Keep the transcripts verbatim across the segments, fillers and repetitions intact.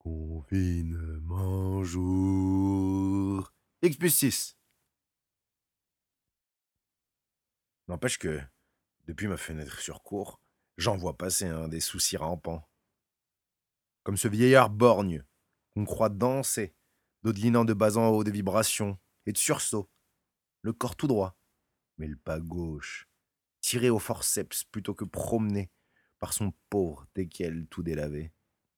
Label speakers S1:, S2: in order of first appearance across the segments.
S1: Confinement jour. X plus six. N'empêche que, depuis ma fenêtre sur cour, j'en vois passer hein, des soucis rampants. Comme ce vieillard borgne, qu'on croit danser, dodelinant de bas en haut de vibrations et de sursauts, le corps tout droit, mais le pas gauche, tiré au forceps plutôt que promené par son pauvre teckel tout délavé.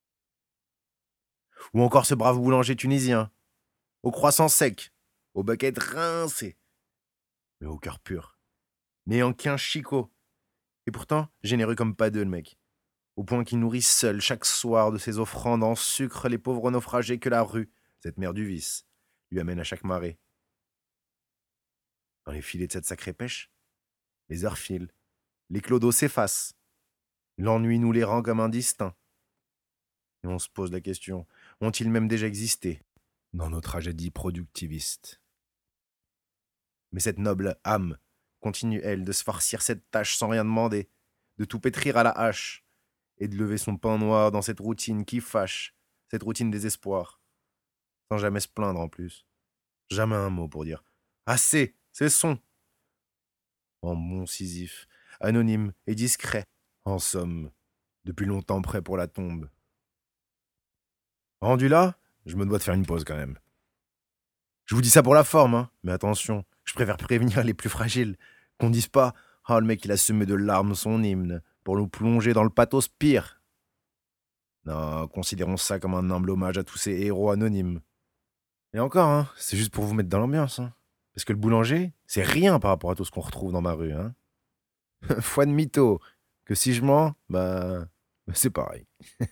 S1: Ou encore ce brave boulanger tunisien, au croissant sec, aux baguettes rincées, mais au cœur pur, n'ayant qu'un chicot, et pourtant généreux comme pas deux le mec, au point qu'il nourrit seul chaque soir de ses offrandes en sucre les pauvres naufragés que la rue, cette mère du vice, lui amène à chaque marée. Dans les filets de cette sacrée pêche, les heures filent, les clodos s'effacent, l'ennui nous les rend comme indistincts. Et on se pose la question, ont-ils même déjà existé dans nos tragédies productivistes? Mais cette noble âme continue, elle, de se farcir cette tâche sans rien demander, de tout pétrir à la hache, et de lever son pain noir dans cette routine qui fâche, cette routine des espoirs, sans jamais se plaindre en plus. Jamais un mot pour dire assez, cessons. En bon Sisyphe, anonyme et discret, en somme, depuis longtemps prêt pour la tombe. Rendu là, je me dois de faire une pause quand même. Je vous dis ça pour la forme, hein, mais attention, je préfère prévenir les plus fragiles, qu'on dise pas « Ah, oh, le mec, il a semé de larmes son hymne, pour nous plonger dans le pathos pire ». Non, considérons ça comme un humble hommage à tous ces héros anonymes. Et encore, hein, c'est juste pour vous mettre dans l'ambiance. Hein. Parce que le boulanger, c'est rien par rapport à tout ce qu'on retrouve dans ma rue. Hein. Foi de mytho, que si je mens, bah, bah c'est pareil.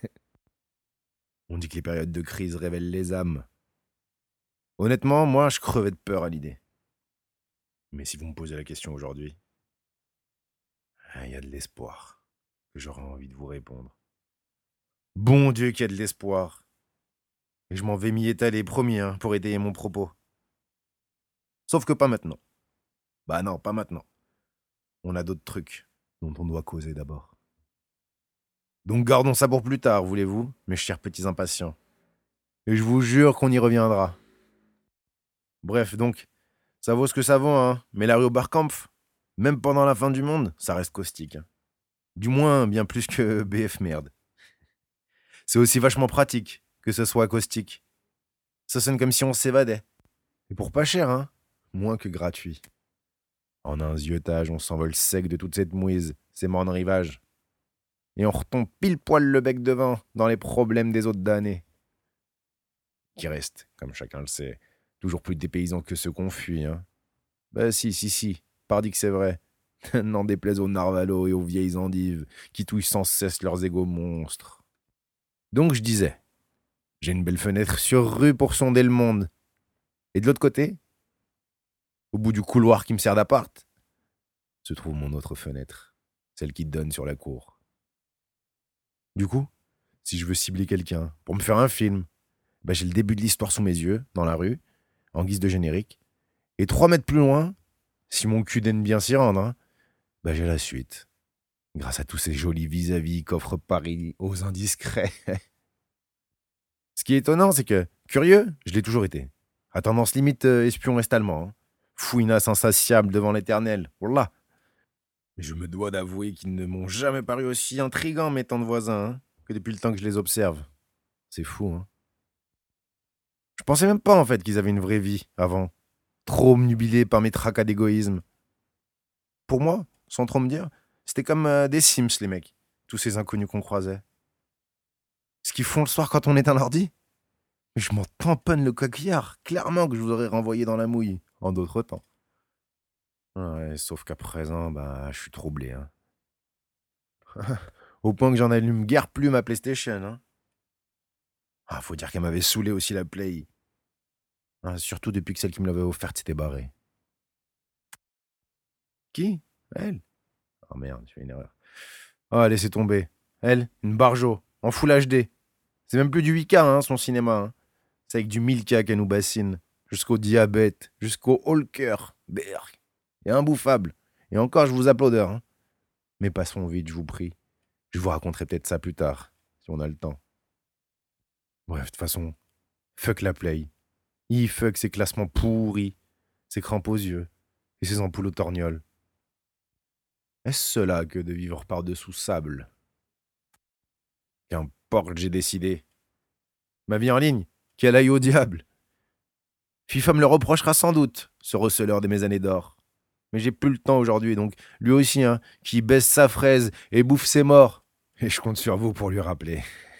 S1: On dit que les périodes de crise révèlent les âmes. Honnêtement, moi, je crevais de peur à l'idée. Mais si vous me posez la question aujourd'hui, il y a de l'espoir que j'aurais envie de vous répondre. Bon Dieu qu'il y a de l'espoir. Et je m'en vais m'y étaler, promis, hein, pour étayer mon propos. Sauf que pas maintenant. Bah non, pas maintenant. On a d'autres trucs dont on doit causer d'abord. Donc gardons ça pour plus tard, voulez-vous, mes chers petits impatients. Et je vous jure qu'on y reviendra. Bref, donc, ça vaut ce que ça vaut, hein, mais la rue Oberkampf, même pendant la fin du monde, ça reste caustique. Hein. Du moins, bien plus que B F merde. C'est aussi vachement pratique que ce soit acoustique. Ça sonne comme si on s'évadait. Et pour pas cher, hein, moins que gratuit. En un ziotage, on s'envole sec de toute cette mouise, ces mornes rivages. Et on retombe pile poil le bec devant dans les problèmes des autres damnés. Qui restent, comme chacun le sait, toujours plus dépaysants que ceux qu'on fuit. Hein. Bah si, si, si, pardi que c'est vrai. N'en déplaise aux narvalos et aux vieilles endives qui touillent sans cesse leurs égaux monstres. Donc je disais, j'ai une belle fenêtre sur rue pour sonder le monde. Et de l'autre côté, au bout du couloir qui me sert d'appart, se trouve mon autre fenêtre, celle qui donne sur la cour. Du coup, si je veux cibler quelqu'un pour me faire un film, bah j'ai le début de l'histoire sous mes yeux, dans la rue, en guise de générique. Et trois mètres plus loin, si mon cul daine bien s'y rendre, hein, bah j'ai la suite. Grâce à tous ces jolis vis-à-vis qu'offre Paris aux indiscrets. Ce qui est étonnant, c'est que, curieux, je l'ai toujours été. À tendance limite euh, espion est-allemand. Hein. Fouinasse insatiable devant l'éternel. Voilà. Mais je me dois d'avouer qu'ils ne m'ont jamais paru aussi intrigants, mes tantes voisins, hein, que depuis le temps que je les observe. C'est fou, hein. Je pensais même pas, en fait, qu'ils avaient une vraie vie, avant. Trop obnubilés par mes tracas d'égoïsme. Pour moi, sans trop me dire, c'était comme euh, des Sims, les mecs. Tous ces inconnus qu'on croisait. Ce qu'ils font le soir quand on éteint l'ordi? Je m'en tamponne le coquillard. Clairement que je vous aurais renvoyé dans la mouille, en d'autres temps. Ouais, sauf qu'à présent, bah, je suis troublé, hein. Au point que j'en allume guère plus ma PlayStation, hein. Ah, faut dire qu'elle m'avait saoulé aussi la Play. Ah, surtout depuis que celle qui me l'avait offerte s'était barrée. Qui? Elle? Oh merde, j'ai fait une erreur. Ah, laissez tomber. Elle, une barjo, en Full H D. C'est même plus du huit K, hein, son cinéma. Hein. C'est avec du mille K qu'elle nous bassine. Jusqu'au diabète, jusqu'au haut cœur. Berk. Et imbouffable. Et encore, je vous applaudeur. Hein. Mais passons vite, je vous prie. Je vous raconterai peut-être ça plus tard, si on a le temps. Bref, de toute façon, fuck la play. Il fuck ses classements pourris, ses crampes aux yeux et ses ampoules aux torgnoles. Est-ce cela que de vivre par-dessous sable? Qu'importe, j'ai décidé. Ma vie en ligne, qu'elle aille au diable. FIFA me le reprochera sans doute, ce receleur de mes années d'or. Mais j'ai plus le temps aujourd'hui, donc lui aussi, hein, qui baisse sa fraise et bouffe ses morts. Et je compte sur vous pour lui rappeler.